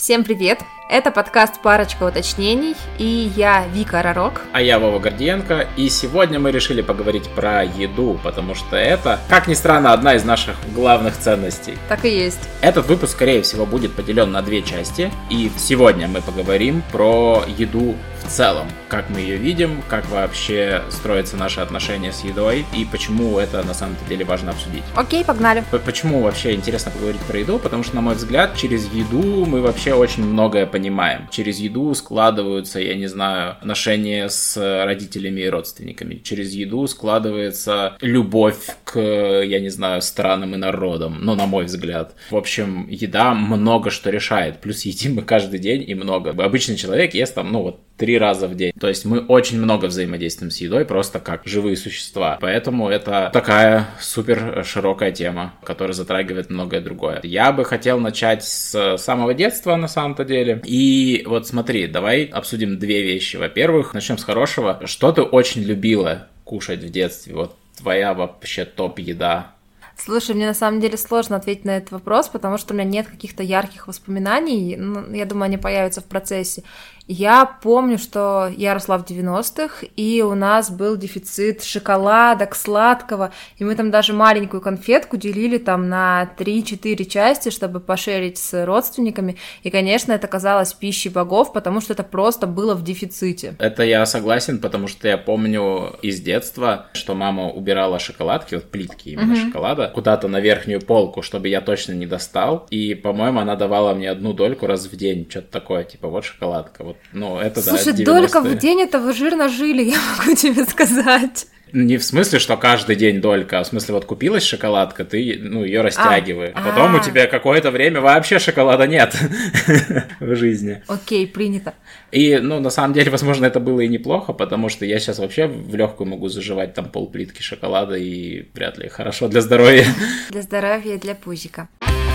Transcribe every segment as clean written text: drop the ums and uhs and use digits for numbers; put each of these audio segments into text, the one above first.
Всем привет! Это подкаст «Парочка уточнений», и я Вика Ророк. А я Вова Гордиенко, и сегодня мы решили поговорить про еду, потому что это, как ни странно, одна из наших главных ценностей. Так и есть. Этот выпуск, скорее всего, будет поделен на две части, и сегодня мы поговорим про еду в целом, как мы ее видим, как вообще строятся наши отношения с едой, и почему это на самом деле важно обсудить. Окей, погнали. Почему вообще интересно поговорить про еду? Потому что, на мой взгляд, через еду мы вообще очень многое понимаем. Через еду складываются, я не знаю, отношения с родителями и родственниками. Через еду складывается любовь к, я не знаю, странам и народам. Ну, на мой взгляд. В общем, еда много что решает. Плюс едим мы каждый день и много. Обычный человек ест там, 3 раза в день. То есть мы очень много взаимодействуем с едой, просто как живые существа. Поэтому это такая супер широкая тема, которая затрагивает многое другое. Я бы хотел начать с самого детства, на самом-то деле. И вот смотри, давай обсудим две вещи. Во-первых, начнем с хорошего. Что ты очень любила кушать в детстве? Вот твоя вообще топ-еда. Слушай, мне на самом деле сложно ответить на этот вопрос, потому что у меня нет каких-то ярких воспоминаний. Я думаю, они появятся в процессе. Я помню, что я росла в 90-х, и у нас был дефицит шоколадок, сладкого, и мы там даже маленькую конфетку делили там на 3-4 части, чтобы пошерить с родственниками, и, конечно, это казалось пищей богов, потому что это просто было в дефиците. Это я согласен, потому что я помню из детства, что мама убирала шоколадки, вот плитки именно шоколада, куда-то на верхнюю полку, чтобы я точно не достал, и, по-моему, она давала мне одну дольку раз в день, что-то такое, типа вот шоколадка, вот. Это слушай, да, 90-е. Долька в день, это вы жирно жили, я могу тебе сказать. Не в смысле, что каждый день долька, а в смысле, вот купилась шоколадка, ты, ее растягиваешь. Потом у тебя какое-то время вообще шоколада нет в жизни. Окей, принято. И, на самом деле, возможно, это было и неплохо, потому что я сейчас вообще в легкую могу заживать там полплитки шоколада, и вряд ли хорошо для здоровья. Для здоровья и для пузика.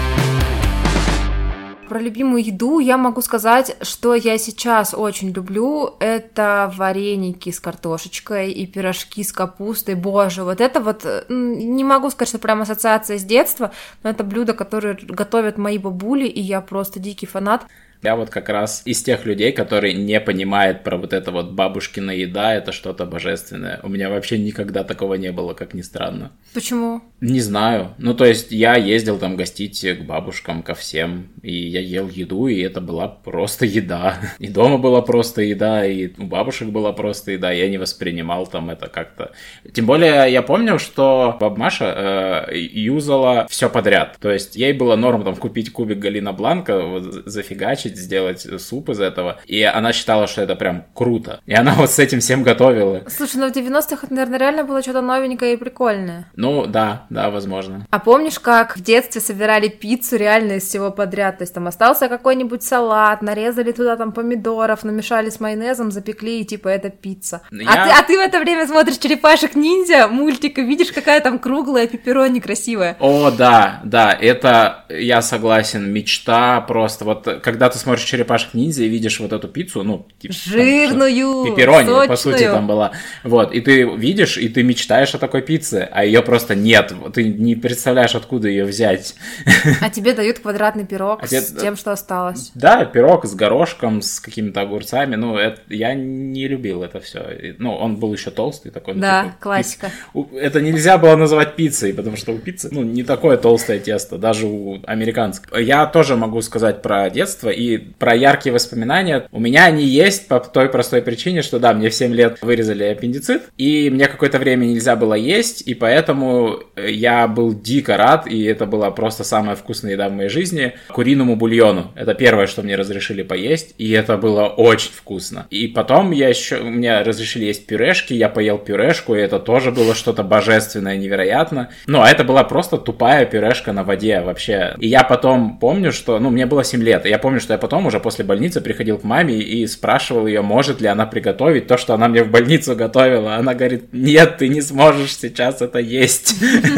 Про любимую еду я могу сказать, что я сейчас очень люблю. Это вареники с картошечкой и пирожки с капустой. Боже, вот это вот, не могу сказать, что прям ассоциация с детства, но это блюдо, которое готовят мои бабули, и я просто дикий фанат. Я вот как раз из тех людей, которые не понимают про вот это вот бабушкина еда, это что-то божественное. У меня вообще никогда такого не было, как ни странно. Почему? Не знаю. То есть я ездил там гостить к бабушкам, ко всем, и я ел еду, и это была просто еда. И дома была просто еда, и у бабушек была просто еда, я не воспринимал там это как-то. Тем более я помню, что баба Маша юзала все подряд. То есть ей было норм там купить кубик Галина Бланка, вот, зафигачить, сделать суп из этого, и она считала, что это прям круто. И она вот с этим всем готовила. Слушай, в 90-х это, наверное, реально было что-то новенькое и прикольное. Да, возможно. А помнишь, как в детстве собирали пиццу реально из всего подряд? То есть там остался какой-нибудь салат, нарезали туда там помидоров, намешали с майонезом, запекли, и типа это пицца. А ты в это время смотришь «Черепашек-ниндзя», мультик, и видишь, какая там круглая пепперони красивая. О, да, это, я согласен, мечта просто. Вот когда ты смотришь «Черепашек-ниндзя» и видишь вот эту пиццу, типа, жирную, пепперони, сочную. по сути, там была. Вот, и ты видишь, и ты мечтаешь о такой пицце, а ее просто нет. Ты не представляешь, откуда ее взять. А тебе дают квадратный пирог с тем, что осталось. Да, пирог с горошком, с какими-то огурцами. Я не любил это все. Он был еще толстый такой. Да, классика. Это нельзя было называть пиццей, потому что у пиццы, не такое толстое тесто, даже у американского. Я тоже могу сказать про детство и про яркие воспоминания. У меня они есть по той простой причине, что да, мне в 7 лет вырезали аппендицит, и мне какое-то время нельзя было есть, и поэтому я был дико рад, и это была просто самая вкусная еда в моей жизни, куриному бульону. Это первое, что мне разрешили поесть, и это было очень вкусно. И потом мне разрешили есть пюрешки, я поел пюрешку, и это тоже было что-то божественное, невероятно. А это была просто тупая пюрешка на воде вообще. И я потом помню, что, мне было 7 лет, и я помню, что я потом уже после больницы приходил к маме и спрашивал ее, может ли она приготовить то, что она мне в больницу готовила. Она говорит: нет, ты не сможешь сейчас это есть.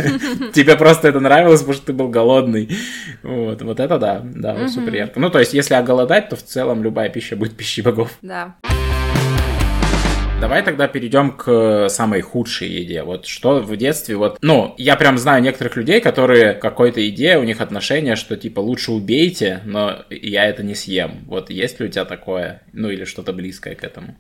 Тебе просто это нравилось, потому что ты был голодный. Вот это да, супер ярко. То есть, если оголодать, то в целом любая пища будет пищей богов. Да. Давай тогда перейдем к самой худшей еде. Вот что в детстве, вот, ну, я прям знаю некоторых людей, которые к какой-то еде, у них отношение, что типа лучше убейте, но я это не съем. Вот есть ли у тебя такое? Ну, или что-то близкое к этому?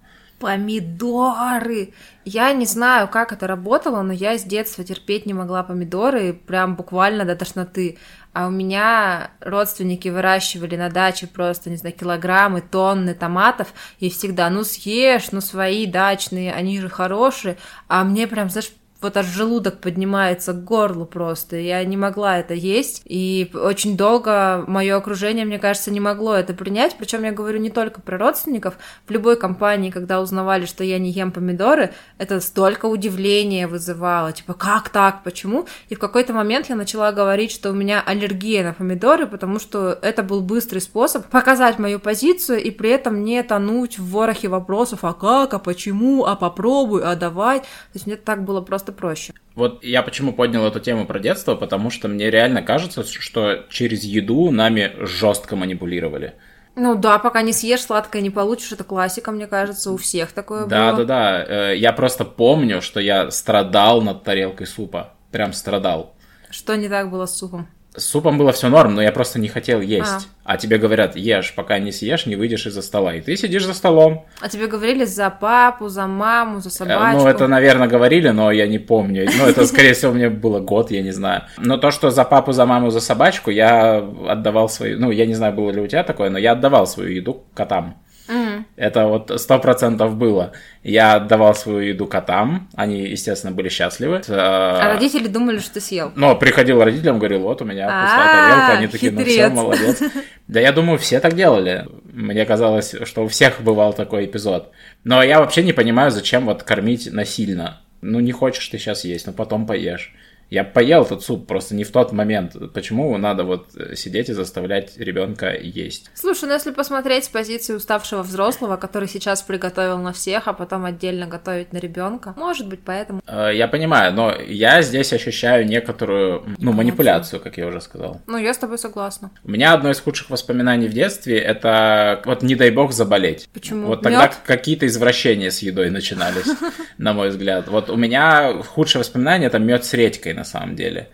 Помидоры! Я не знаю, как это работало, но я с детства терпеть не могла помидоры, прям буквально до тошноты. А у меня родственники выращивали на даче просто, не знаю, килограммы, тонны томатов, и всегда, ну съешь, ну свои дачные, они же хорошие, а мне прям, знаешь, вот аж желудок поднимается к горлу просто, я не могла это есть, и очень долго мое окружение, мне кажется, не могло это принять, причем я говорю не только про родственников, в любой компании, когда узнавали, что я не ем помидоры, это столько удивления вызывало, типа, как так, почему? И в какой-то момент я начала говорить, что у меня аллергия на помидоры, потому что это был быстрый способ показать мою позицию и при этом не тонуть в ворохе вопросов, а как, а почему, а попробуй, а давай, то есть мне так было просто проще. Вот я почему поднял эту тему про детство, потому что мне реально кажется, что через еду нами жестко манипулировали. Ну да, пока не съешь, сладкое не получишь, это классика, мне кажется, у всех такое да, было. Да, я просто помню, что я страдал над тарелкой супа, прям страдал. Что не так было с супом? С супом было все норм, но я просто не хотел есть. А тебе говорят, ешь, пока не съешь, не выйдешь из-за стола. И ты сидишь за столом. А тебе говорили за папу, за маму, за собачку? Ну, это, наверное, говорили, но я не помню. Ну, это, скорее всего, мне было год, я не знаю. Но то, что за папу, за маму, за собачку, я отдавал свою... Ну, я не знаю, было ли у тебя такое, но я отдавал свою еду котам. Это вот 100% было. Я отдавал свою еду котам, они, естественно, были счастливы. А родители думали, что ты съел? Но приходил родителям, говорил, вот у меня пустая тарелка, они такие, ну все, молодец. Да я думаю, все так делали. Мне казалось, что у всех бывал такой эпизод. Но я вообще не понимаю, зачем вот кормить насильно. Ну не хочешь ты сейчас есть, но потом поешь. Я поел этот суп, просто не в тот момент. Почему надо вот сидеть и заставлять ребенка есть? Слушай, ну если посмотреть с позиции уставшего взрослого, который сейчас приготовил на всех, а потом отдельно готовить на ребенка, может быть, поэтому. Я понимаю, но я здесь ощущаю некоторую, манипуляцию, как я уже сказал. Ну, я с тобой согласна. У меня одно из худших воспоминаний в детстве — это вот не дай бог заболеть. Почему? Вот тогда какие-то извращения с едой начинались, на мой взгляд. Вот у меня худшее воспоминание — это мед с редькой, на самом деле.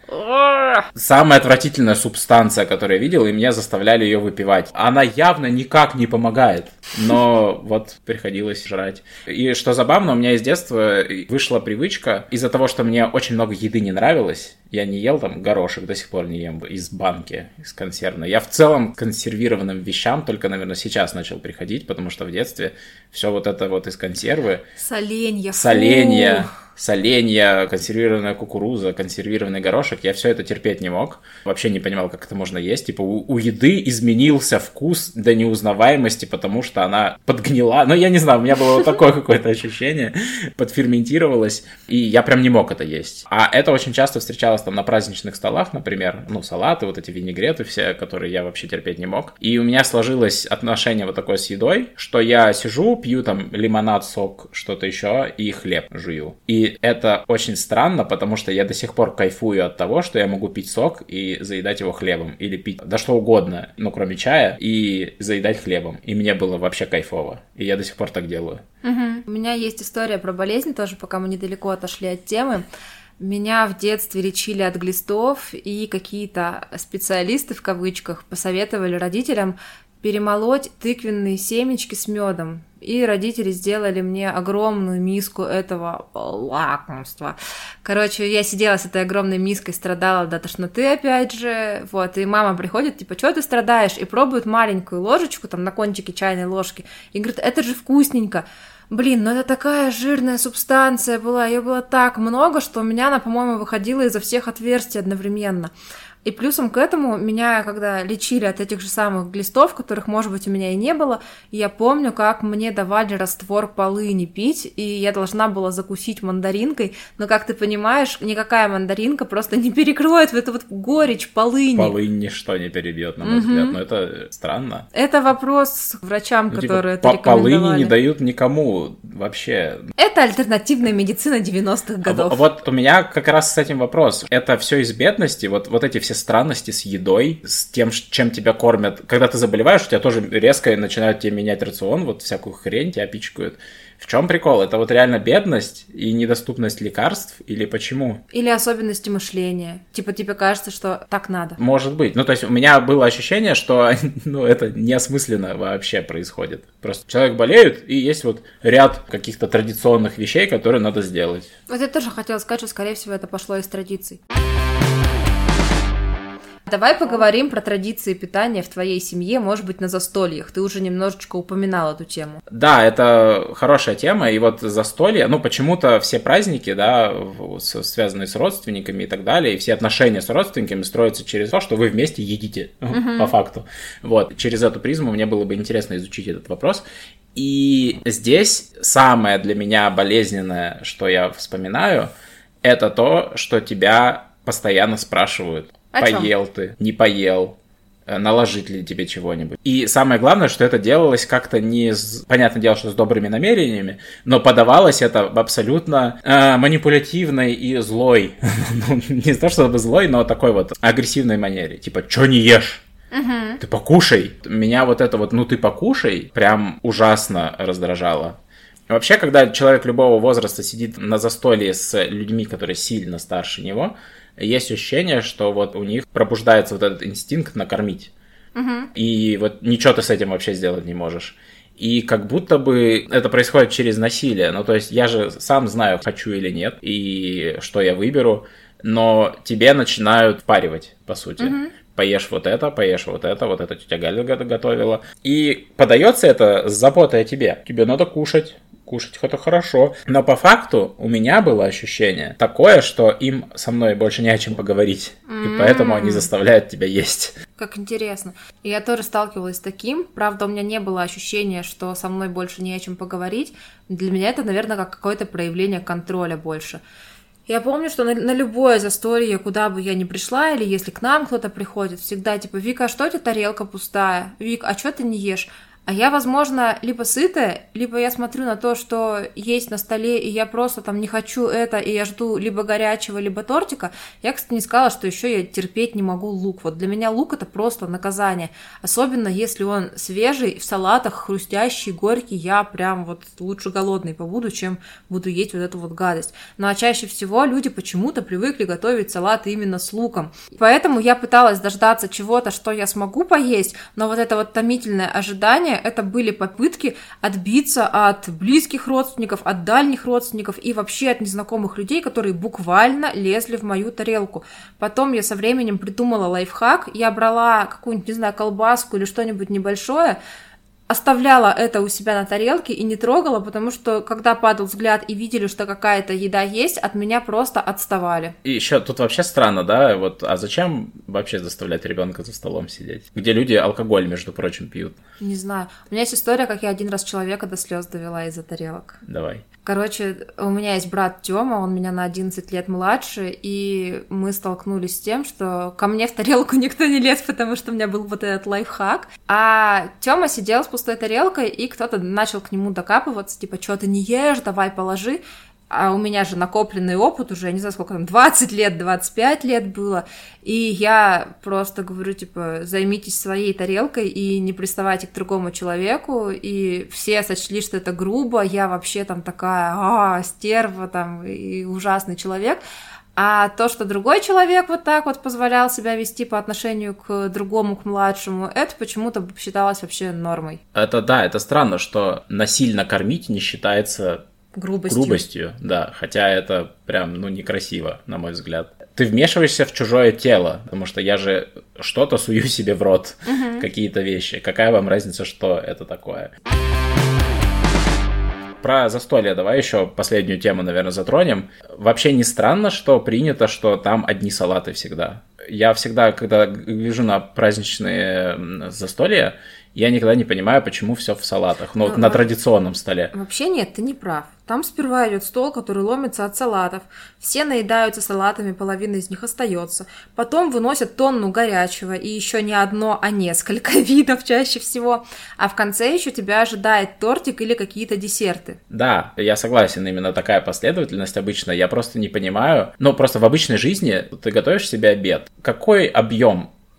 Самая отвратительная субстанция, которую я видел, и меня заставляли ее выпивать. Она явно никак не помогает, но вот приходилось жрать. И что забавно, у меня из детства вышла привычка, из-за того, что мне очень много еды не нравилось, я не ел там горошек, до сих пор не ем из банки, из консервной. Я в целом к консервированным вещам только, наверное, сейчас начал приходить, потому что в детстве все вот это вот из консервы. Соленья, консервированная кукуруза, консервированный горошек, я все это терпеть не мог. Вообще не понимал, как это можно есть. Типа у еды изменился вкус до неузнаваемости, потому что она подгнила. Ну, я не знаю, у меня было вот такое какое-то ощущение, подферментировалось, и я прям не мог это есть. А это очень часто встречалось там на праздничных столах, например, салаты, вот эти винегреты все, которые я вообще терпеть не мог. И у меня сложилось отношение вот такое с едой, что я сижу, пью там лимонад, сок, что-то еще, и хлеб жую. И это очень странно, потому что я до сих пор кайфую от того, что я могу пить сок и заедать его хлебом. Или пить да что угодно, кроме чая, и заедать хлебом. И мне было вообще кайфово. И я до сих пор так делаю. У меня есть история про болезнь тоже, пока мы недалеко отошли от темы. Меня в детстве лечили от глистов, и какие-то специалисты, в кавычках, посоветовали родителям перемолоть тыквенные семечки с медом. И родители сделали мне огромную миску этого лакомства. Короче, я сидела с этой огромной миской, страдала до тошноты опять же. Вот, и мама приходит, типа, что ты страдаешь? И пробует маленькую ложечку, там, на кончике чайной ложки. И говорит, это же вкусненько. Блин, ну это такая жирная субстанция была, ее было так много, что у меня она, по-моему, выходила изо всех отверстий одновременно. И плюсом к этому меня, когда лечили от этих же самых глистов, которых, может быть, у меня и не было, я помню, как мне давали раствор полыни пить, и я должна была закусить мандаринкой, но, как ты понимаешь, никакая мандаринка просто не перекроет в эту вот горечь полыни. Полынь ничто не перебьет, на мой взгляд, но это странно. Это вопрос к врачам, которые это рекомендовали. Полыни не дают никому вообще. Это альтернативная медицина 90-х годов. Вот у меня как раз с этим вопрос. Это все из бедности, вот эти все странности с едой, с тем, чем тебя кормят. Когда ты заболеваешь, у тебя тоже резко начинают тебе менять рацион, вот всякую хрень тебя пичкают. В чем прикол? Это вот реально бедность и недоступность лекарств или почему? Или особенности мышления. Типа тебе кажется, что так надо. Может быть. Ну, то есть у меня было ощущение, что это неосмысленно вообще происходит. Просто человек болеет, и есть вот ряд каких-то традиционных вещей, которые надо сделать. Вот я тоже хотела сказать, что, скорее всего, это пошло из традиций. Давай поговорим про традиции питания в твоей семье, может быть, на застольях. Ты уже немножечко упоминал эту тему. Да, это хорошая тема, и вот застолье, почему-то все праздники, да, связанные с родственниками и так далее, и все отношения с родственниками строятся через то, что вы вместе едите, по факту. Вот, через эту призму мне было бы интересно изучить этот вопрос. И здесь самое для меня болезненное, что я вспоминаю, это то, что тебя постоянно спрашивают. Поел ты, не поел, наложить ли тебе чего-нибудь. И самое главное, что это делалось как-то понятное дело, что с добрыми намерениями, но подавалось это в абсолютно манипулятивной и злой, не то чтобы злой, но такой вот агрессивной манере. Типа, чё не ешь? Ты покушай. Меня вот это вот, ты покушай, прям ужасно раздражало. Вообще, когда человек любого возраста сидит на застолье с людьми, которые сильно старше него, есть ощущение, что вот у них пробуждается вот этот инстинкт накормить. И вот ничего ты с этим вообще сделать не можешь. И как будто бы это происходит через насилие. То есть я же сам знаю, хочу или нет, и что я выберу, но тебе начинают впаривать, по сути. Поешь вот это, вот это тетя Галя готовила. И подается это с заботой о тебе. Тебе надо кушать это хорошо. Но по факту у меня было ощущение такое, что им со мной больше не о чем поговорить. И поэтому они заставляют тебя есть. Как интересно. И я тоже сталкивалась с таким. Правда, у меня не было ощущения, что со мной больше не о чем поговорить. Для меня это, наверное, как какое-то проявление контроля больше. Я помню, что на любое застолье, куда бы я ни пришла, или если к нам кто-то приходит, всегда типа: Вика, а что у тебя тарелка пустая? Вик, а что ты не ешь? А я, возможно, либо сытая, либо я смотрю на то, что есть на столе, и я просто там не хочу это, и я жду либо горячего, либо тортика. Я, кстати, не сказала, что еще я терпеть не могу лук. Вот для меня лук — это просто наказание. Особенно, если он свежий, в салатах, хрустящий, горький. Я прям вот лучше голодной побуду, чем буду есть вот эту вот гадость. Ну а чаще всего люди почему-то привыкли готовить салаты именно с луком. Поэтому я пыталась дождаться чего-то, что я смогу поесть, но вот это вот томительное ожидание, это были попытки отбиться от близких родственников, от дальних родственников и вообще от незнакомых людей, которые буквально лезли в мою тарелку. Потом я со временем придумала лайфхак. Я брала какую-нибудь, не знаю, колбаску или что-нибудь небольшое, оставляла это у себя на тарелке и не трогала, потому что, когда падал взгляд и видели, что какая-то еда есть, от меня просто отставали. И еще тут вообще странно, да? Вот, а зачем вообще заставлять ребенка за столом сидеть? Где люди алкоголь, между прочим, пьют. Не знаю. У меня есть история, как я один раз человека до слез довела из-за тарелок. Давай. Короче, у меня есть брат Тёма, он меня на 11 лет младше, и мы столкнулись с тем, что ко мне в тарелку никто не лез, потому что у меня был вот этот лайфхак. А Тёма сидел с пустой тарелкой, и кто-то начал к нему докапываться, типа: что ты не ешь, давай положи. А у меня же накопленный опыт уже, я не знаю, сколько там, 20 лет, 25 лет было, и я просто говорю, типа: займитесь своей тарелкой и не приставайте к другому человеку, и все сочли, что это грубо, я вообще там такая, стерва там, и ужасный человек. А то, что другой человек вот так вот позволял себя вести по отношению к другому, к младшему, это почему-то считалось вообще нормой. Это да, это странно, что насильно кормить не считается грубостью, да, хотя это прям, некрасиво, на мой взгляд. Ты вмешиваешься в чужое тело, потому что я же что-то сую себе в рот, какие-то вещи. Какая вам разница, что это такое? Про застолье давай еще последнюю тему, наверное, затронем. Вообще не странно, что принято, что там одни салаты всегда. Я всегда, когда гляжу на праздничные застолья, я никогда не понимаю, почему все в салатах, на традиционном столе. Вообще нет, ты не прав. Там сперва идет стол, который ломится от салатов. Все наедаются салатами, половина из них остается. Потом выносят тонну горячего, и еще не одно, а несколько видов чаще всего. А в конце еще тебя ожидает тортик или какие-то десерты. Да, я согласен, именно такая последовательность обычно. Я просто не понимаю. Просто в обычной жизни ты готовишь себе обед. Какой объем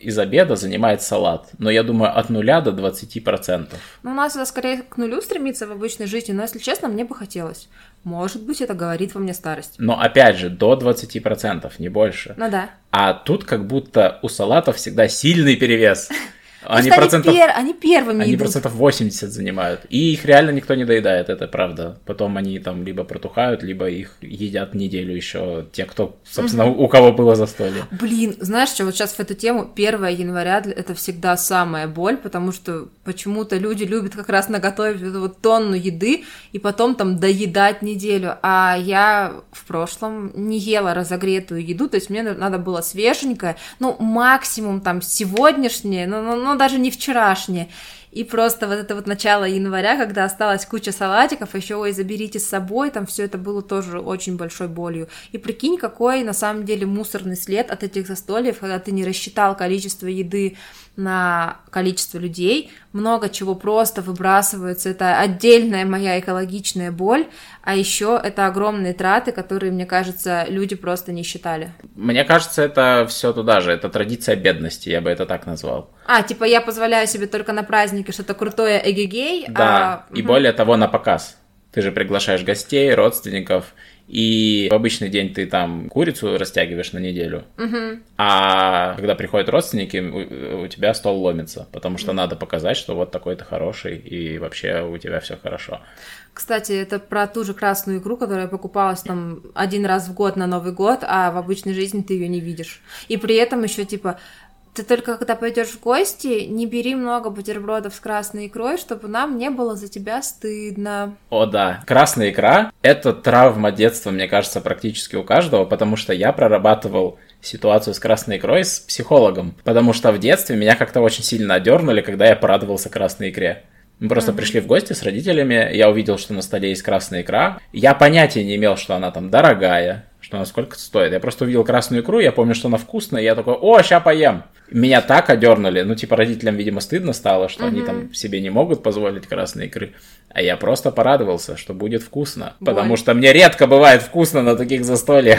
из обеда занимает салат. Но я думаю, от 0 до 20%. Ну, у нас это скорее к нулю стремится в обычной жизни, но, если честно, мне бы хотелось. Может быть, это говорит во мне старость. Но, опять же, до 20%, не больше. Ну да. А тут как будто у салатов всегда сильный перевес. Они первыми Они идут. процентов 80 занимают. И их реально никто не доедает, это правда. Потом они там либо протухают, либо их едят неделю еще те, кто, собственно, у кого было застолье. Блин, знаешь что, вот сейчас в эту тему 1 января это всегда самая боль, потому что почему-то люди любят как раз наготовить эту вот тонну еды и потом там доедать неделю. А я в прошлом не ела разогретую еду, то есть мне надо было свеженькое, ну, максимум там сегодняшнее, но даже не вчерашнее. И просто вот это вот начало января, когда осталась куча салатиков, еще ой, заберите с собой, там все это было тоже очень большой болью. И прикинь, какой на самом деле мусорный след от этих застольев, когда ты не рассчитал количество еды на количество людей, много чего просто выбрасывается, это отдельная моя экологичная боль, а еще это огромные траты, которые, мне кажется, люди просто не считали. Мне кажется, это все туда же, это традиция бедности, я бы это так назвал. Типа я позволяю себе только на празднике что-то крутое эгегей. Да, и более того, на показ. Ты же приглашаешь гостей, родственников, и в обычный день ты там курицу растягиваешь на неделю, а когда приходят родственники, у тебя стол ломится, потому что надо показать, что вот такой ты хороший, и вообще у тебя все хорошо. Кстати, это про ту же красную икру, которая покупалась там 1 раз в год на Новый год, а в обычной жизни ты ее не видишь. И при этом еще типа... Ты только когда пойдешь в гости, не бери много бутербродов с красной икрой, чтобы нам не было за тебя стыдно. О да, красная икра – это травма детства, мне кажется, практически у каждого, потому что я прорабатывал ситуацию с красной икрой с психологом, потому что в детстве меня как-то очень сильно одернули, когда я порадовался красной икре. Мы просто пришли в гости с родителями, я увидел, что на столе есть красная икра. Я понятия не имел, что она там дорогая, что она сколько стоит. Я просто увидел красную икру, я помню, что она вкусная, и я такой, о, ща поем. Меня так одернули, ну, типа, родителям, видимо, стыдно стало, что они там себе не могут позволить красной икры. А я просто порадовался, что будет вкусно. Потому что мне редко бывает вкусно на таких застольях.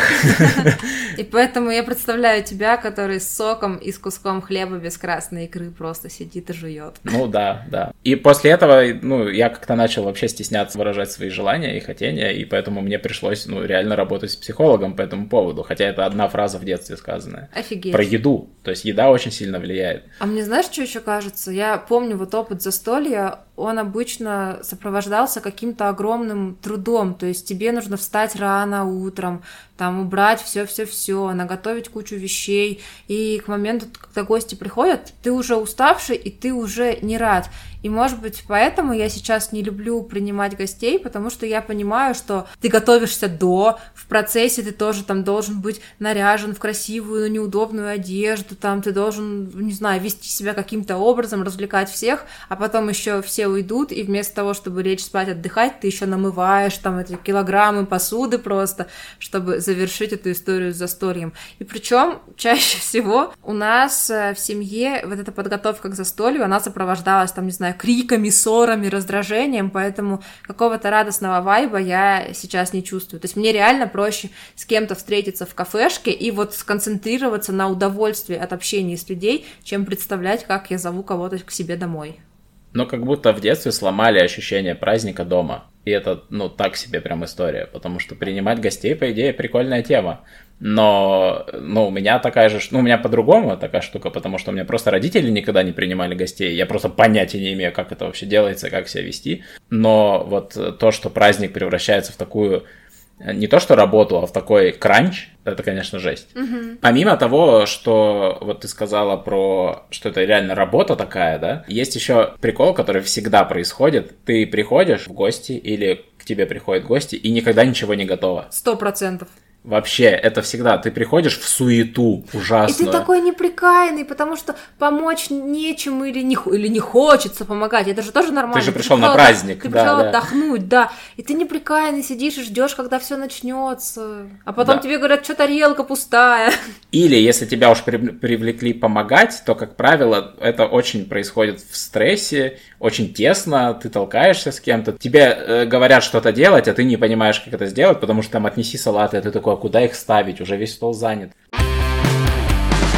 И поэтому я представляю тебя, который с соком и с куском хлеба без красной икры просто сидит и жует. Ну да, да. И после этого, ну, я как-то начал вообще стесняться выражать свои желания и хотения, и поэтому мне пришлось, ну, реально работать с психологом по этому поводу. Хотя это одна фраза в детстве сказанная. Офигеть. Про еду. То есть еда очень сильно влияет. А мне знаешь, что еще кажется? Я помню вот опыт застолья, он обычно сопровождался каким-то огромным трудом, то есть тебе нужно встать рано утром, там убрать все, наготовить кучу вещей, и к моменту, когда гости приходят, ты уже уставший, и ты уже не рад. И, может быть, поэтому я сейчас не люблю принимать гостей, потому что я понимаю, что ты готовишься в процессе ты тоже там должен быть наряжен в красивую, но неудобную одежду, там ты должен, не знаю, вести себя каким-то образом, развлекать всех, а потом еще все уйдут, и вместо того, чтобы лечь спать, отдыхать, ты еще намываешь там эти килограммы посуды просто, чтобы завершить эту историю с застольем. И причем чаще всего у нас в семье вот эта подготовка к застолью, она сопровождалась там, не знаю, криками, ссорами, раздражением, поэтому какого-то радостного вайба я сейчас не чувствую. То есть мне реально проще с кем-то встретиться в кафешке и вот сконцентрироваться на удовольствии от общения с людей, чем представлять, как я зову кого-то к себе домой. Но как будто в детстве сломали ощущение праздника дома. И это, ну, так себе прям история, потому что принимать гостей, по идее, прикольная тема. Но, ну, у меня такая же, ну, у меня по-другому такая штука, потому что у меня просто родители никогда не принимали гостей, я просто понятия не имею, как это вообще делается, как себя вести. Но вот то, что праздник превращается в такую, не то что работу, а в такой кранч, это, конечно, жесть. Помимо того, что вот ты сказала про, что это реально работа такая, да, есть еще прикол, который всегда происходит. Ты приходишь в гости или к тебе приходят гости, и никогда ничего не готово. 100%. Вообще, это всегда, ты приходишь в суету ужасную. И ты такой неприкаянный, потому что помочь нечем или не хочется помогать, это же тоже нормально. Ты же пришел на праздник. Ты пришел отдохнуть, да. И ты неприкаянный, сидишь и ждешь, когда все начнется. А потом тебе говорят, что тарелка пустая. Или если тебя уж привлекли помогать, то, как правило, это очень происходит в стрессе, очень тесно, ты толкаешься с кем-то, тебе говорят что-то делать, а ты не понимаешь, как это сделать, потому что там отнеси салаты, а ты такой, а куда их ставить, уже весь стол занят. У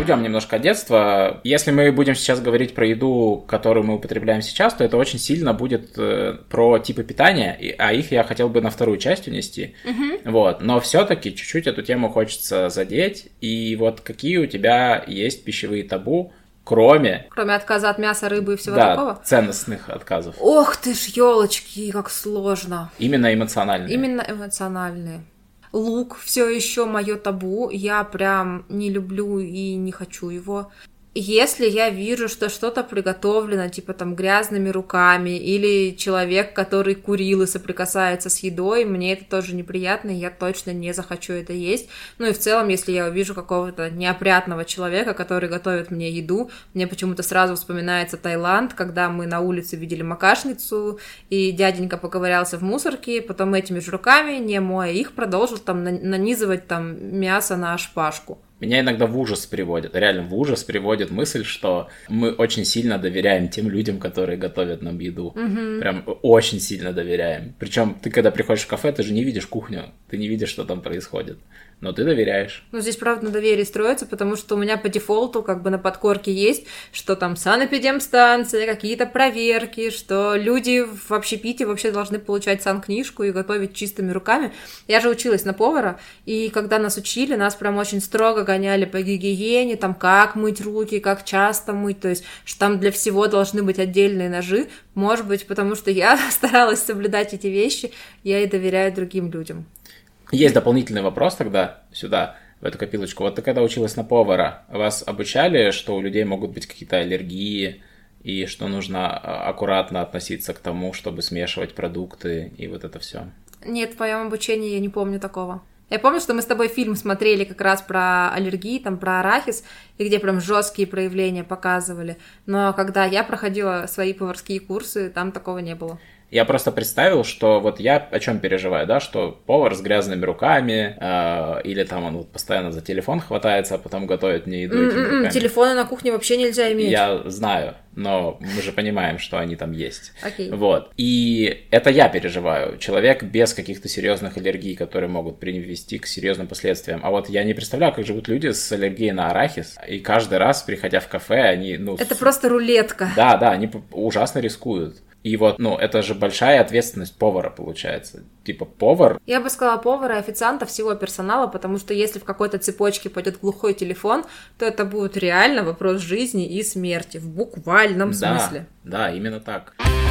уйдем немножко от детства. Если мы будем сейчас говорить про еду, которую мы употребляем сейчас, то это очень сильно будет про типы питания, а их я хотел бы на вторую часть унести. Вот. Но все-таки чуть-чуть эту тему хочется задеть. И вот какие у тебя есть пищевые табу, кроме отказа от мяса, рыбы и всего такого? Ценностных отказов. Ох ты ж, елочки, как сложно. Именно эмоциональные. Именно эмоциональные. Лук все еще мое табу, я прям не люблю и не хочу его. Если я вижу, что что-то приготовлено, типа там грязными руками, или человек, который курил и соприкасается с едой, мне это тоже неприятно, и я точно не захочу это есть. Ну и в целом, если я увижу какого-то неопрятного человека, который готовит мне еду, мне почему-то сразу вспоминается Таиланд, когда мы на улице видели макашницу, и дяденька поковырялся в мусорке, потом этими же руками, не моя их, продолжил там нанизывать там мясо на шпажку. Меня иногда в ужас приводит, реально в ужас приводит мысль, что мы очень сильно доверяем тем людям, которые готовят нам еду. Прям очень сильно доверяем. Причем ты, когда приходишь в кафе, ты же не видишь кухню, ты не видишь, что там происходит. Но ты доверяешь. Ну, здесь, правда, на доверии строится, потому что у меня по дефолту как бы на подкорке есть, что там санэпидемстанция, какие-то проверки, что люди в общепите вообще должны получать санкнижку и готовить чистыми руками. Я же училась на повара, и когда нас учили, нас прям очень строго гоняли по гигиене, там, как мыть руки, как часто мыть, то есть, что там для всего должны быть отдельные ножи. Может быть, потому что я старалась соблюдать эти вещи, я и доверяю другим людям. Есть дополнительный вопрос тогда сюда, в эту копилочку. Вот ты когда училась на повара, вас обучали, что у людей могут быть какие-то аллергии, и что нужно аккуратно относиться к тому, чтобы смешивать продукты, и вот это все? Нет, в моем обучении я не помню такого. Я помню, что мы с тобой фильм смотрели как раз про аллергии, там про арахис, и где прям жесткие проявления показывали. Но когда я проходила свои поварские курсы, там такого не было. Я просто представил, что вот я о чем переживаю, да, что повар с грязными руками, или там он вот постоянно за телефон хватается, а потом готовит мне еду этими руками. Телефоны на кухне вообще нельзя иметь. Я знаю, но мы же понимаем, что они там есть. Окей. Вот. И это я переживаю. Человек без каких-то серьезных аллергий, которые могут привести к серьезным последствиям. А вот я не представляю, как живут люди с аллергией на арахис, и каждый раз, приходя в кафе, они, Это просто рулетка. Да, они ужасно рискуют. И вот, это же большая ответственность повара получается. Типа повар... Я бы сказала повара и официанта, всего персонала, потому что если в какой-то цепочке пойдет глухой телефон, то это будет реально вопрос жизни и смерти, в буквальном смысле. Да, именно так.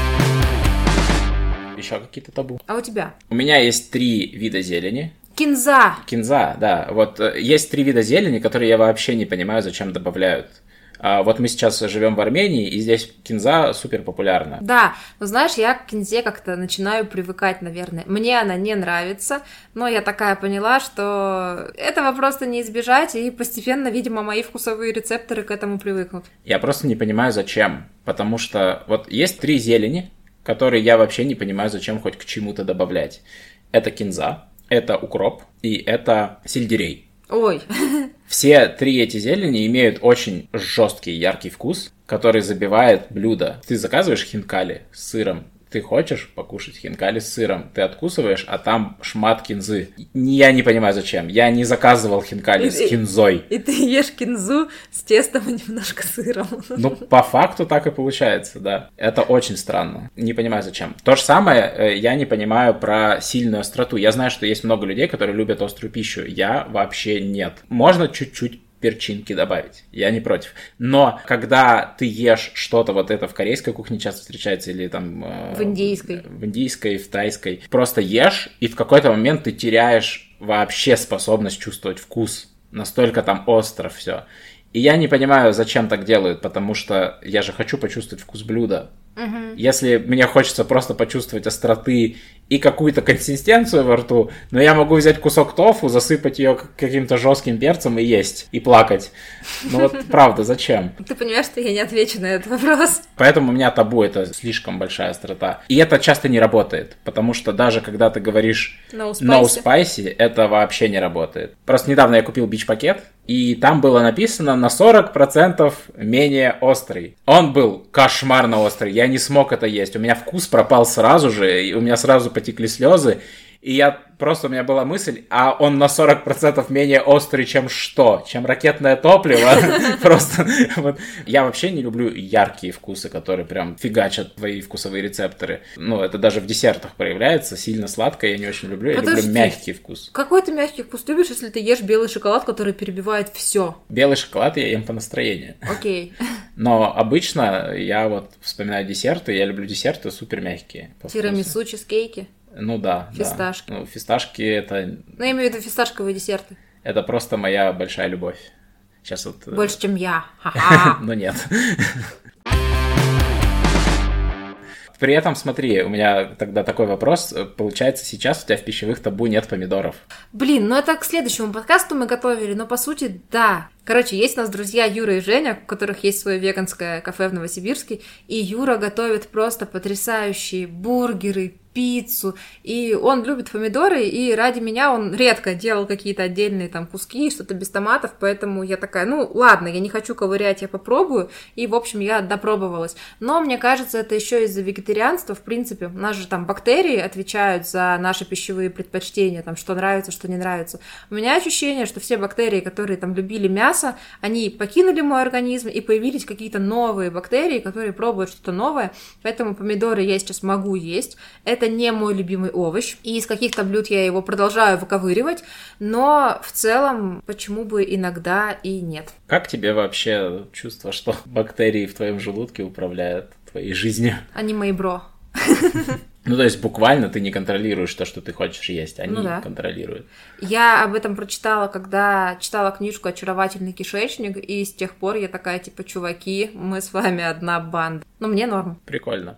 Еще какие-то табу? А у тебя? У меня есть 3 вида зелени. Кинза, да. Вот есть 3 вида зелени, которые я вообще не понимаю, зачем добавляют. Вот мы сейчас живем в Армении, и здесь кинза супер популярна. Да, но знаешь, я к кинзе как-то начинаю привыкать, наверное. Мне она не нравится, но я такая поняла, что этого просто не избежать, и постепенно, видимо, мои вкусовые рецепторы к этому привыкнут. Я просто не понимаю, зачем. Потому что вот есть 3 зелени, которые я вообще не понимаю, зачем хоть к чему-то добавлять. Это кинза, это укроп и это сельдерей. Ой. Все 3 эти зелени имеют очень жесткий, яркий вкус, который забивает блюдо. Ты заказываешь хинкали с сыром, ты хочешь покушать хинкали с сыром, ты откусываешь, а там шмат кинзы. Я не понимаю, зачем. Я не заказывал хинкали с кинзой. И ты ешь кинзу с тестом и немножко сыром. По факту так и получается, да. Это очень странно. Не понимаю, зачем. То же самое я не понимаю про сильную остроту. Я знаю, что есть много людей, которые любят острую пищу. Я вообще нет. Можно чуть-чуть перчинки добавить, я не против. Но когда ты ешь что-то, вот это в корейской кухне часто встречается, или там... В индийской. В индийской, в тайской. Просто ешь, и в какой-то момент ты теряешь вообще способность чувствовать вкус. Настолько там остро все. И я не понимаю, зачем так делают, потому что я же хочу почувствовать вкус блюда. Угу. Если мне хочется просто почувствовать остроты и какую-то консистенцию во рту, но я могу взять кусок тофу, засыпать ее каким-то жестким перцем и есть, и плакать. Ну вот правда, зачем? Ты понимаешь, что я не отвечу на этот вопрос. Поэтому у меня табу — это слишком большая острота. И это часто не работает, потому что даже когда ты говоришь no spicy, это вообще не работает. Просто недавно я купил бич-пакет, и там было написано на 40% менее острый. Он был кошмарно острый, я не смог это есть. У меня вкус пропал сразу же, и у меня сразу потекли слезы. И у меня была мысль, а он на 40% менее острый, чем что? Чем ракетное топливо? Просто вот. Я вообще не люблю яркие вкусы, которые прям фигачат твои вкусовые рецепторы. Ну, это даже в десертах проявляется. Сильно сладкое я не очень люблю. Я люблю мягкий вкус. Какой ты мягкий вкус любишь, если ты ешь белый шоколад, который перебивает все? Белый шоколад я ем по настроению. Окей. Но обычно я вот вспоминаю десерты. Я люблю десерты супер мягкие. Тирамису, чизкейки? Ну да. Фисташки. Да. Ну, фисташки это... Ну, я имею в виду фисташковые десерты. Это просто моя большая любовь. Сейчас вот... Больше, чем я. Ха-ха. Ну нет. При этом, смотри, у меня тогда такой вопрос. Получается, сейчас у тебя в пищевых табу нет помидоров. Блин, ну это к следующему подкасту мы готовили, но по сути, да. Короче, есть у нас друзья Юра и Женя, у которых есть свое веганское кафе в Новосибирске, и Юра готовит просто потрясающие бургеры, пиццу, и он любит помидоры, и ради меня он редко делал какие-то отдельные там куски, что-то без томатов, поэтому я такая, ну ладно, я не хочу ковырять, я попробую, и в общем я допробовалась. Но мне кажется, это еще из-за вегетарианства, в принципе, у нас же там бактерии отвечают за наши пищевые предпочтения, там что нравится, что не нравится. У меня ощущение, что все бактерии, которые там любили мясо, они покинули мой организм, и появились какие-то новые бактерии, которые пробуют что-то новое, поэтому помидоры я сейчас могу есть. Это не мой любимый овощ, и из каких-то блюд я его продолжаю выковыривать, но в целом почему бы иногда и нет. Как тебе вообще чувство, что бактерии в твоем желудке управляют твоей жизнью? Они мои бро. Ну, то есть буквально ты не контролируешь то, что ты хочешь есть, они контролируют. Я об этом прочитала, когда читала книжку «Очаровательный кишечник», и с тех пор я такая, типа, чуваки, мы с вами одна банда. Но мне норм. Прикольно.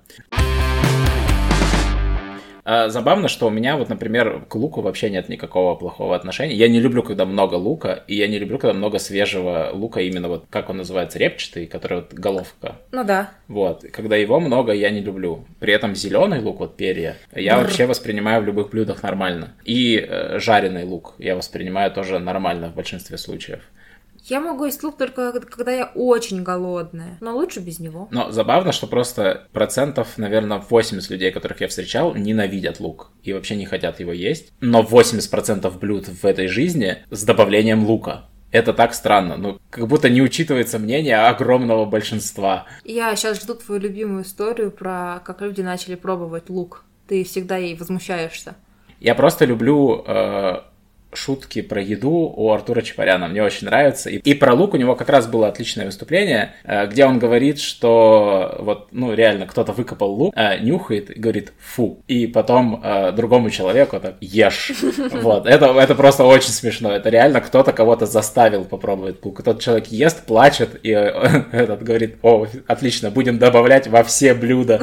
Забавно, что у меня, вот, например, к луку вообще нет никакого плохого отношения. Я не люблю, когда много лука, и я не люблю, когда много свежего лука, именно вот, как он называется, репчатый, который вот головка. Ну да. Вот, когда его много, я не люблю. При этом зеленый лук, вот перья, я вообще воспринимаю в любых блюдах нормально. И жареный лук я воспринимаю тоже нормально в большинстве случаев. Я могу есть лук только когда я очень голодная, но лучше без него. Но забавно, что просто процентов, наверное, 80 людей, которых я встречал, ненавидят лук и вообще не хотят его есть. Но 80% блюд в этой жизни с добавлением лука. Это так странно, ну, как будто не учитывается мнение огромного большинства. Я сейчас жду твою любимую историю про как люди начали пробовать лук. Ты всегда ей возмущаешься. Я просто люблю... шутки про еду у Артура Чапаряна. Мне очень нравится. И про лук у него как раз было отличное выступление, где он говорит, что вот, ну, реально, кто-то выкопал лук, нюхает и говорит «фу». И потом другому человеку так «ешь». Вот. Это просто очень смешно. Это реально кто-то кого-то заставил попробовать лук. Тот человек ест, плачет, и этот говорит «о, отлично, будем добавлять во все блюда».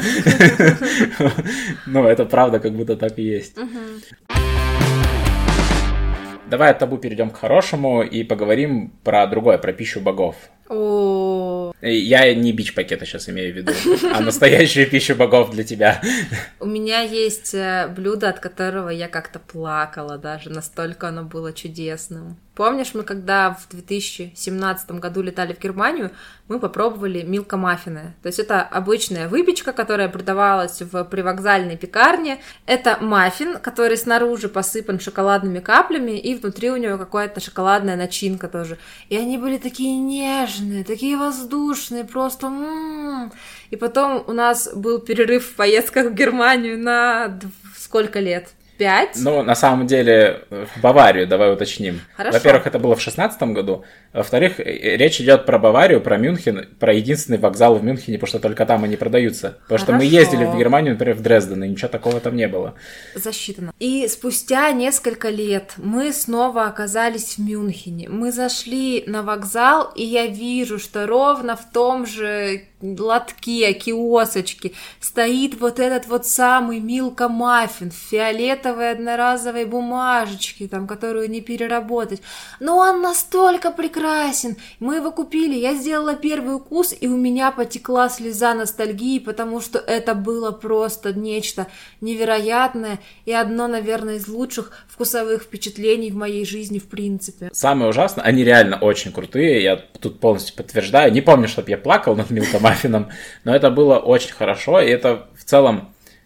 Ну, это правда, как будто так и есть. Давай от табу перейдем к хорошему и поговорим про другое, про пищу богов. Я не бич-пакета сейчас имею в виду, а настоящую пищу богов для тебя. У меня есть блюдо, от которого я как-то плакала даже, настолько оно было чудесным. Помнишь, мы когда в 2017 году летали в Германию, мы попробовали милка-маффины. То есть это обычная выпечка, которая продавалась в привокзальной пекарне. Это маффин, который снаружи посыпан шоколадными каплями, и внутри у него какая-то шоколадная начинка тоже. И они были такие нежные, такие воздушные, просто... И потом у нас был перерыв в поездках в Германию на сколько лет? 5? Ну, на самом деле, в Баварию, давай уточним. Хорошо. Во-первых, это было в 16-м году. Во-вторых, речь идет про Баварию, про Мюнхен, про единственный вокзал в Мюнхене, потому что только там они продаются. Потому что мы ездили в Германию, например, в Дрезден, и ничего такого там не было. Засчитано. И спустя несколько лет мы снова оказались в Мюнхене. Мы зашли на вокзал, и я вижу, что ровно в том же лотке, киосочке стоит вот этот вот самый милка-маффин в фиолетовой одноразовой бумажечке, там, которую не переработать. Но он настолько прекрасен. Мы его купили, я сделала первый укус, и у меня потекла слеза ностальгии, потому что это было просто нечто невероятное и одно, наверное, из лучших вкусовых впечатлений в моей жизни в принципе. Самое ужасное, они реально очень крутые, я тут полностью подтверждаю. Не помню, чтобы я плакал над милка-маффином, но это было очень хорошо, и это в целом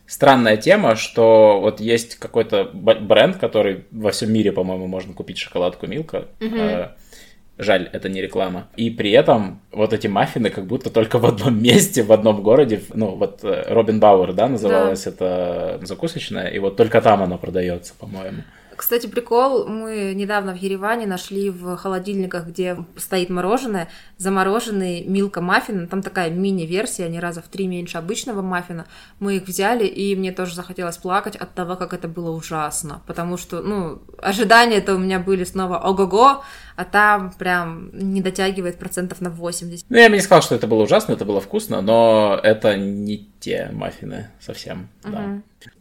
странная тема, что вот есть какой-то бренд, который во всем мире, по-моему, можно купить шоколадку Милка. Жаль, это не реклама. И при этом вот эти маффины как будто только в одном месте, в одном городе. Ну, вот Робин Бауэр, да, называлась эта закусочная, и вот только там она продается, по-моему. Кстати, прикол, мы недавно в Ереване нашли в холодильниках, где стоит мороженое, замороженный Милка маффин, там такая мини-версия, они раза в 3 меньше обычного маффина. Мы их взяли, и мне тоже захотелось плакать от того, как это было ужасно, потому что, ну, ожидания-то у меня были снова ого-го, а там прям не дотягивает процентов на 80. Ну, я бы не сказал, что это было ужасно, это было вкусно, но это не те маффины совсем, да.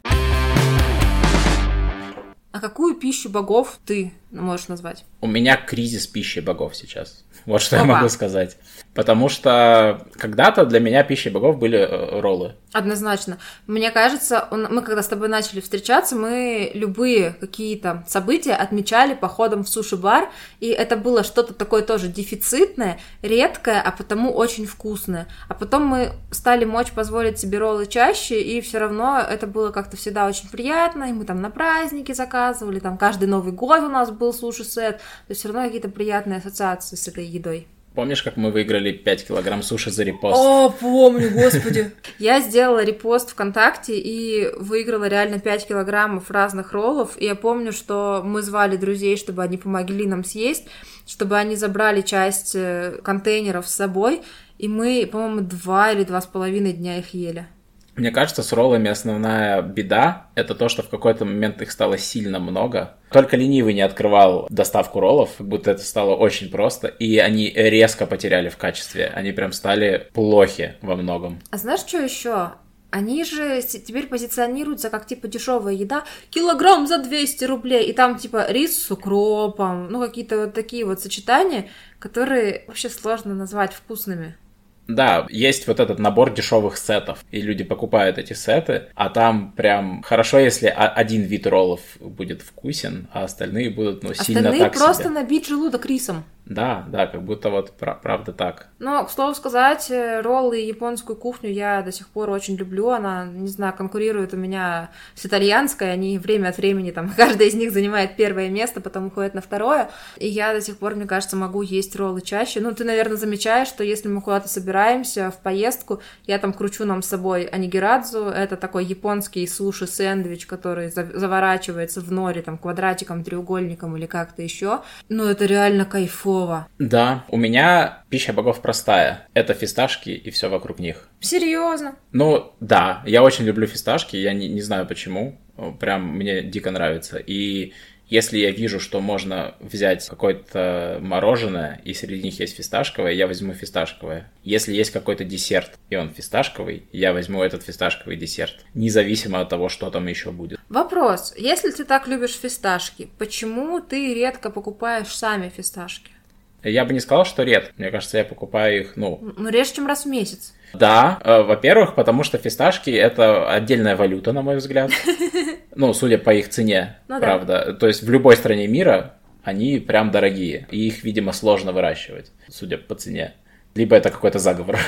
А какую пищу богов ты можешь назвать? У меня кризис пищи богов сейчас. Вот что я могу сказать. Потому что когда-то для меня пищей богов были роллы. Однозначно. Мне кажется, мы когда с тобой начали встречаться, мы любые какие-то события отмечали походом в суши-бар, и это было что-то такое тоже дефицитное, редкое, а потому очень вкусное. А потом мы стали мочь позволить себе роллы чаще, и все равно это было как-то всегда очень приятно, и мы там на праздники заказывали, там каждый Новый год у нас был суши-сет, то есть все равно какие-то приятные ассоциации с этой едой. Помнишь, как мы выиграли 5 килограмм суши за репост? О, помню, господи. Я сделала репост ВКонтакте и выиграла реально 5 килограммов разных роллов. И я помню, что мы звали друзей, чтобы они помогли нам съесть, чтобы они забрали часть контейнеров с собой. И мы, по-моему, 2 или 2,5 дня их ели. Мне кажется, с роллами основная беда – это то, что в какой-то момент их стало сильно много. Только ленивый не открывал доставку роллов, как будто это стало очень просто, и они резко потеряли в качестве. Они прям стали плохи во многом. А знаешь, что еще? Они же теперь позиционируются как, типа, дешевая еда, килограмм за 200 рублей, и там, типа, рис с укропом, ну, какие-то вот такие вот сочетания, которые вообще сложно назвать вкусными. Да, есть вот этот набор дешевых сетов, и люди покупают эти сеты, а там прям хорошо, если один вид роллов будет вкусен, а остальные будут, ну, сильно так себе. Остальные просто набить желудок рисом. Да, как будто вот правда так. Но, к слову сказать, роллы и японскую кухню я до сих пор очень люблю. Она, не знаю, конкурирует у меня с итальянской. Они время от времени, там, каждая из них занимает первое место, потом уходит на второе. И я до сих пор, мне кажется, могу есть роллы чаще. Ну, ты, наверное, замечаешь, что если мы куда-то собираемся в поездку, я там кручу нам с собой анигирадзу. Это такой японский суши-сэндвич, который заворачивается в норе, там, квадратиком, треугольником или как-то еще. Ну, это реально кайфово. Да, у меня пища богов простая. Это фисташки и все вокруг них. Серьезно? Ну, да, я очень люблю фисташки, я не знаю почему. Прям мне дико нравится. И если я вижу, что можно взять какое-то мороженое, и среди них есть фисташковое, я возьму фисташковое. Если есть какой-то десерт, и он фисташковый, я возьму этот фисташковый десерт. Независимо от того, что там еще будет. Вопрос. Если ты так любишь фисташки, почему ты редко покупаешь сами фисташки? Я бы не сказал, что редко. Мне кажется, я покупаю их, Ну, реже, чем раз в месяц. Да, во-первых, потому что фисташки – это отдельная валюта, на мой взгляд. Ну, судя по их цене, правда. То есть в любой стране мира они прям дорогие. И их, видимо, сложно выращивать, судя по цене. Либо это какой-то заговор.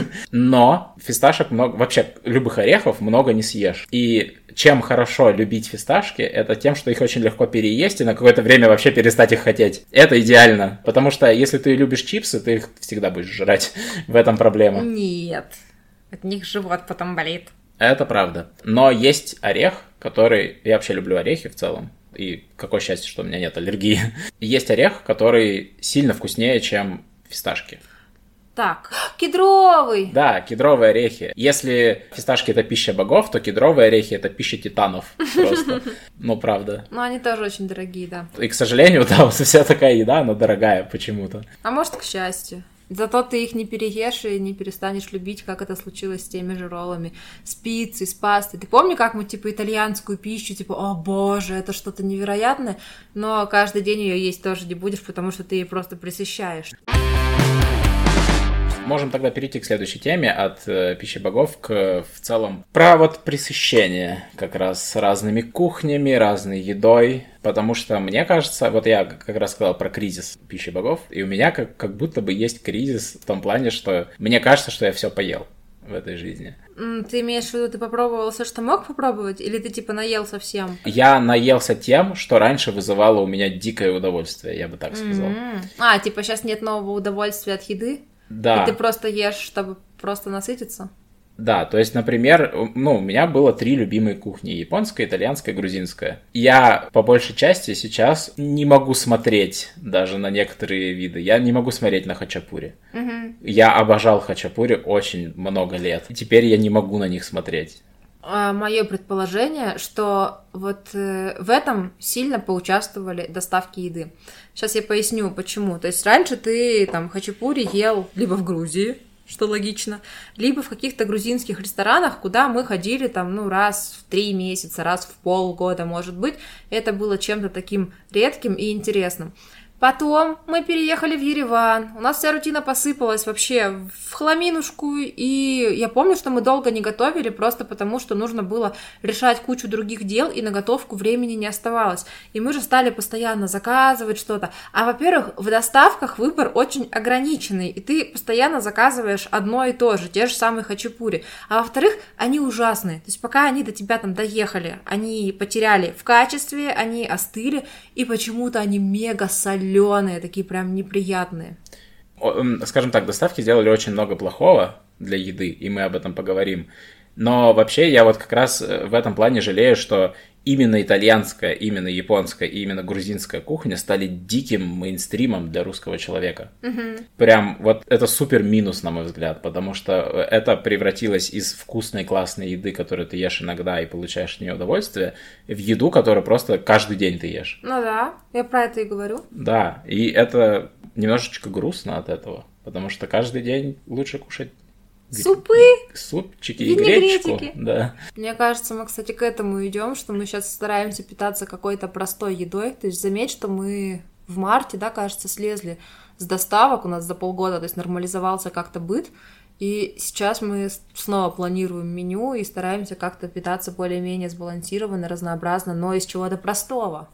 Но фисташек много, вообще любых орехов много не съешь. И чем хорошо любить фисташки, это тем, что их очень легко переесть и на какое-то время вообще перестать их хотеть. Это идеально. Потому что если ты любишь чипсы, ты их всегда будешь жрать. В этом проблема. Нет. От них живот потом болит. Это правда. Но есть орех, который... Я вообще люблю орехи в целом. И какое счастье, что у меня нет аллергии. Есть орех, который сильно вкуснее, чем фисташки. Так, кедровый! Да, кедровые орехи. Если фисташки – это пища богов, то кедровые орехи – это пища титанов просто. Ну, правда. Но они тоже очень дорогие, да. И, к сожалению, да, вот вся такая еда, она дорогая почему-то. А может, к счастью. Зато ты их не переешь и не перестанешь любить, как это случилось с теми же роллами, с пиццей, с пастой. Ты помнишь, как мы, типа, итальянскую пищу, типа, о боже, это что-то невероятное, но каждый день ее есть тоже не будешь, потому что ты ее просто пресыщаешь. Можем тогда перейти к следующей теме от пищи богов к в целом про вот пресыщение как раз с разными кухнями, разной едой, потому что мне кажется, вот я как раз сказал про кризис пищи богов, и у меня как будто бы есть кризис в том плане, что мне кажется, что я все поел. в этой жизни. Ты имеешь в виду, ты попробовал все, что мог попробовать, или ты типа наелся всем? Я наелся тем, что раньше вызывало у меня дикое удовольствие, я бы так сказал. Типа сейчас нет нового удовольствия от еды? Да. И ты просто ешь, чтобы просто насытиться? Да, то есть, например, у меня было 3 любимые кухни: японская, итальянская, грузинская. Я по большей части сейчас не могу смотреть даже на некоторые виды. Я не могу смотреть на хачапури. Я обожал хачапури очень много лет. И теперь я не могу на них смотреть. Мое предположение, что вот в этом сильно поучаствовали доставки еды. Сейчас я поясню, почему. То есть раньше ты там хачапури ел либо в Грузии, что логично, либо в каких-то грузинских ресторанах, куда мы ходили там, раз в 3 месяца, раз в полгода, может быть. Это было чем-то таким редким и интересным. Потом мы переехали в Ереван, у нас вся рутина посыпалась вообще в хламинушку, и я помню, что мы долго не готовили, просто потому что нужно было решать кучу других дел, и на готовку времени не оставалось. И мы же стали постоянно заказывать что-то. А, во-первых, в доставках выбор очень ограниченный, и ты постоянно заказываешь одно и то же, те же самые хачапури. А во-вторых, они ужасные. То есть пока они до тебя там доехали, они потеряли в качестве, они остыли, и почему-то они мега соленые, такие прям неприятные. Скажем так, доставки сделали очень много плохого для еды, и мы об этом поговорим. Но вообще я вот как раз в этом плане жалею, что именно итальянская, именно японская и именно грузинская кухня стали диким мейнстримом для русского человека. Прям вот это супер минус, на мой взгляд, потому что это превратилось из вкусной классной еды, которую ты ешь иногда и получаешь от нее удовольствие, в еду, которую просто каждый день ты ешь. Ну да, я про это и говорю. Да, и это немножечко грустно от этого, потому что каждый день лучше кушать супы, супчики и гречку. Да. Мне кажется, мы, кстати, к этому идем, что мы сейчас стараемся питаться какой-то простой едой. То есть заметь, что мы в марте, да, кажется, слезли с доставок, у нас за полгода, то есть нормализовался как-то быт. И сейчас мы снова планируем меню и стараемся как-то питаться более-менее сбалансированно, разнообразно, но из чего-то простого.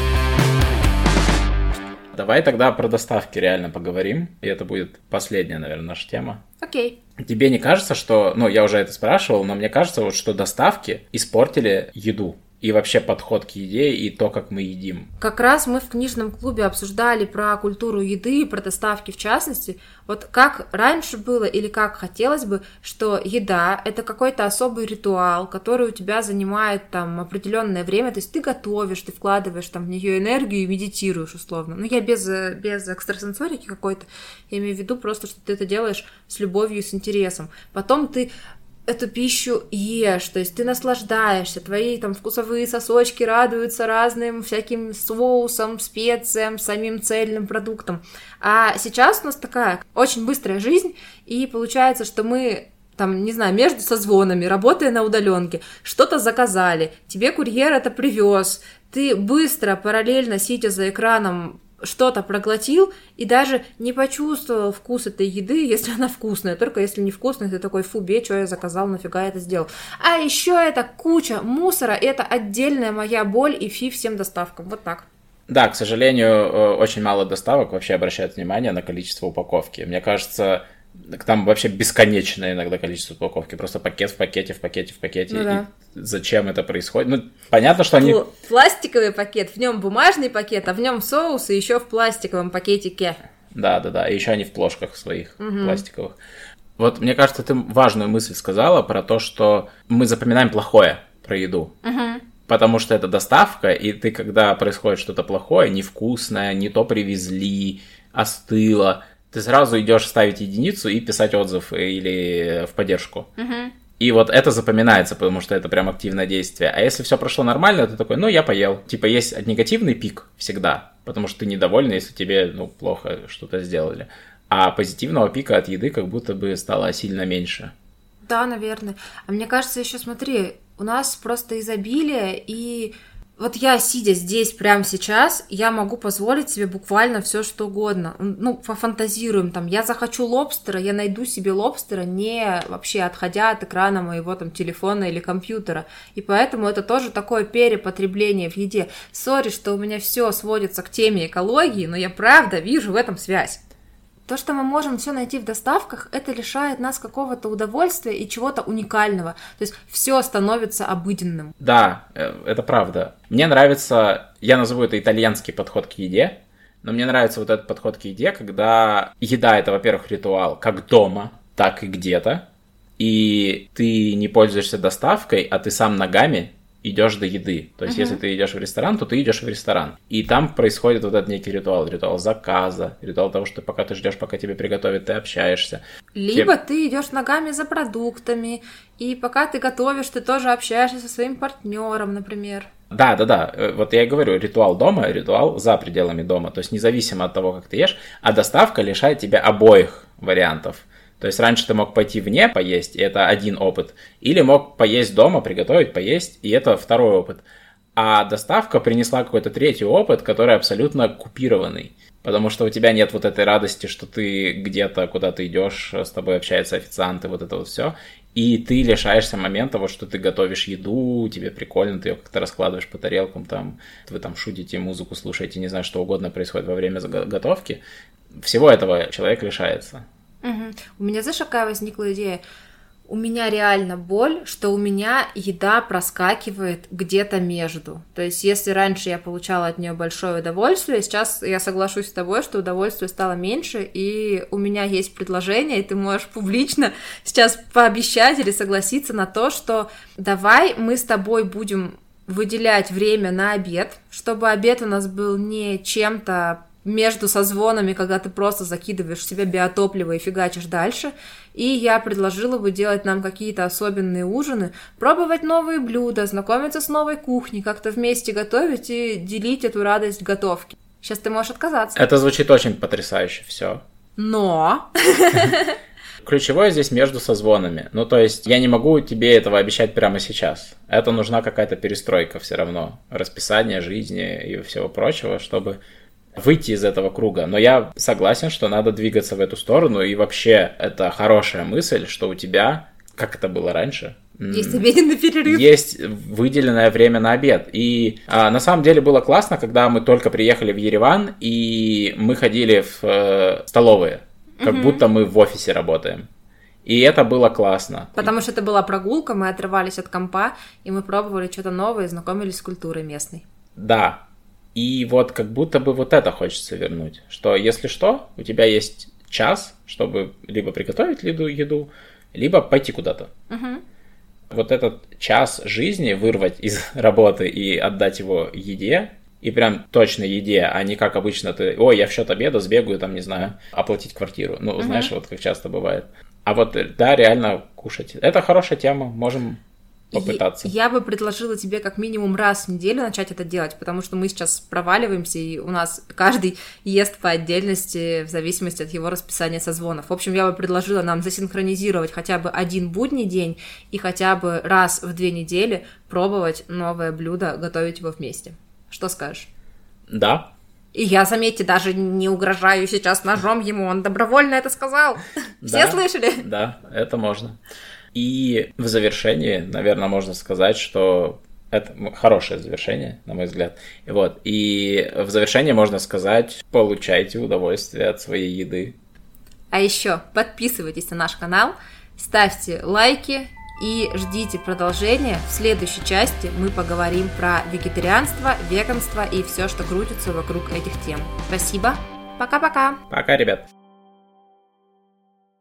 Давай тогда про доставки реально поговорим, и это будет последняя, наверное, наша тема. Окей. Тебе не кажется, что, я уже это спрашивал, но мне кажется, вот, что доставки испортили еду и вообще подход к еде и то, как мы едим? Как раз мы в книжном клубе обсуждали про культуру еды, про доставки в частности. Вот как раньше было или как хотелось бы, что еда — это какой-то особый ритуал, который у тебя занимает там определенное время, то есть ты готовишь, ты вкладываешь там в нее энергию и медитируешь условно. Я без экстрасенсорики какой-то, я имею в виду просто, что ты это делаешь с любовью и с интересом. Потом ты эту пищу ешь, то есть ты наслаждаешься, твои там вкусовые сосочки радуются разным всяким соусам, специям, самим цельным продуктам. А сейчас у нас такая очень быстрая жизнь, и получается, что мы там, не знаю, между созвонами, работая на удаленке, что-то заказали, тебе курьер это привез, ты быстро, параллельно, сидя за экраном, что-то проглотил и даже не почувствовал вкус этой еды, если она вкусная. Только если не вкусная, ты такой: фу, бе, что я заказал, нафига я это сделал. А еще это куча мусора, это отдельная моя боль и фи всем доставкам. Вот так. Да, к сожалению, очень мало доставок вообще обращают внимание на количество упаковки. Мне кажется, там вообще бесконечное иногда количество упаковки. Просто пакет в пакете, в пакете, в пакете. Ну, да. И зачем это происходит? Понятно, что они... Пластиковый пакет, в нем бумажный пакет, а в нем соус и еще в пластиковом пакетике. Да. И еще они в плошках своих пластиковых. Вот, мне кажется, ты важную мысль сказала про то, что мы запоминаем плохое про еду. Потому что это доставка, и ты, когда происходит что-то плохое, невкусное, не то привезли, остыло, ты сразу идешь ставить единицу и писать отзыв или в поддержку. И вот это запоминается, потому что это прям активное действие. А если все прошло нормально, ты такой: я поел. Типа есть негативный пик всегда, потому что ты недоволен, если тебе, плохо что-то сделали. А позитивного пика от еды как будто бы стало сильно меньше. Да, наверное. А мне кажется, еще смотри, у нас просто изобилие, и вот я, сидя здесь прямо сейчас, я могу позволить себе буквально все что угодно. Пофантазируем там. Я захочу лобстера, я найду себе лобстера, не вообще отходя от экрана моего там телефона или компьютера. И поэтому это тоже такое перепотребление в еде. Сори, что у меня все сводится к теме экологии, но я правда вижу в этом связь. То, что мы можем все найти в доставках, это лишает нас какого-то удовольствия и чего-то уникального. То есть все становится обыденным. Да, это правда. Мне нравится, я назову это итальянский подход к еде, но мне нравится вот этот подход к еде, когда еда — это, во-первых, ритуал как дома, так и где-то, и ты не пользуешься доставкой, а ты сам ногами идешь до еды. То есть, если ты идешь в ресторан, то ты идешь в ресторан. И там происходит вот этот некий ритуал. Ритуал заказа, ритуал того, что пока ты ждешь, пока тебе приготовят, ты общаешься. Либо ты идешь ногами за продуктами, и пока ты готовишь, ты тоже общаешься со своим партнером, например. Да. Вот я и говорю, ритуал дома, ритуал за пределами дома. То есть, независимо от того, как ты ешь, а доставка лишает тебя обоих вариантов. То есть раньше ты мог пойти вне поесть, и это один опыт, или мог поесть дома, приготовить, поесть, и это второй опыт. А доставка принесла какой-то третий опыт, который абсолютно купированный, потому что у тебя нет вот этой радости, что ты где-то, куда ты идешь, с тобой общаются официанты, вот это вот все, и ты лишаешься момента, вот что ты готовишь еду, тебе прикольно, ты ее как-то раскладываешь по тарелкам, там, вы там шутите, музыку слушаете, не знаю, что угодно происходит во время готовки. Всего этого человек лишается. Угу. У меня, знаешь, какая возникла идея? У меня реально боль, что у меня еда проскакивает где-то между. То есть, если раньше я получала от нее большое удовольствие, сейчас я соглашусь с тобой, что удовольствие стало меньше, и у меня есть предложение, и ты можешь публично сейчас пообещать или согласиться на то, что давай мы с тобой будем выделять время на обед, чтобы обед у нас был не чем-то между созвонами, когда ты просто закидываешь в себя биотопливо и фигачишь дальше. И я предложила бы делать нам какие-то особенные ужины, пробовать новые блюда, знакомиться с новой кухней, как-то вместе готовить и делить эту радость готовки. Сейчас ты можешь отказаться. Это звучит очень потрясающе, все. Но... Ключевое здесь между созвонами. Ну, то есть, я не могу тебе этого обещать прямо сейчас. Это нужна какая-то перестройка все равно. Расписание жизни и всего прочего, чтобы выйти из этого круга. Но я согласен, что надо двигаться в эту сторону, и вообще это хорошая мысль, что у тебя, как это было раньше, есть обеденный перерыв. Есть выделенное время на обед. И на самом деле было классно, когда мы только приехали в Ереван, и мы ходили в столовые, как будто мы в офисе работаем. И это было классно. Потому что это была прогулка, мы отрывались от компа, и мы пробовали что-то новое, знакомились с культурой местной. Да. И вот как будто бы вот это хочется вернуть, что если что, у тебя есть час, чтобы либо приготовить еду, либо пойти куда-то. Вот этот час жизни вырвать из работы и отдать его еде, и прям точно еде, а не как обычно ты, я в счет обеда сбегаю, там, не знаю, оплатить квартиру. Ну, знаешь, вот как часто бывает. А вот, да, реально кушать. Это хорошая тема, можем попытаться. Я бы предложила тебе как минимум раз в неделю начать это делать, потому что мы сейчас проваливаемся, и у нас каждый ест по отдельности в зависимости от его расписания созвонов. В общем, я бы предложила нам засинхронизировать хотя бы один будний день и хотя бы раз в 2 недели пробовать новое блюдо, готовить его вместе. Что скажешь? Да. И я, заметьте, даже не угрожаю сейчас ножом ему, он добровольно это сказал. Все слышали? Да, это можно. И в завершении, наверное, можно сказать, что это хорошее завершение, на мой взгляд. И в завершении можно сказать, получайте удовольствие от своей еды. А еще подписывайтесь на наш канал, ставьте лайки и ждите продолжения. В следующей части мы поговорим про вегетарианство, веганство и все, что крутится вокруг этих тем. Спасибо. Пока-пока. Пока, ребят.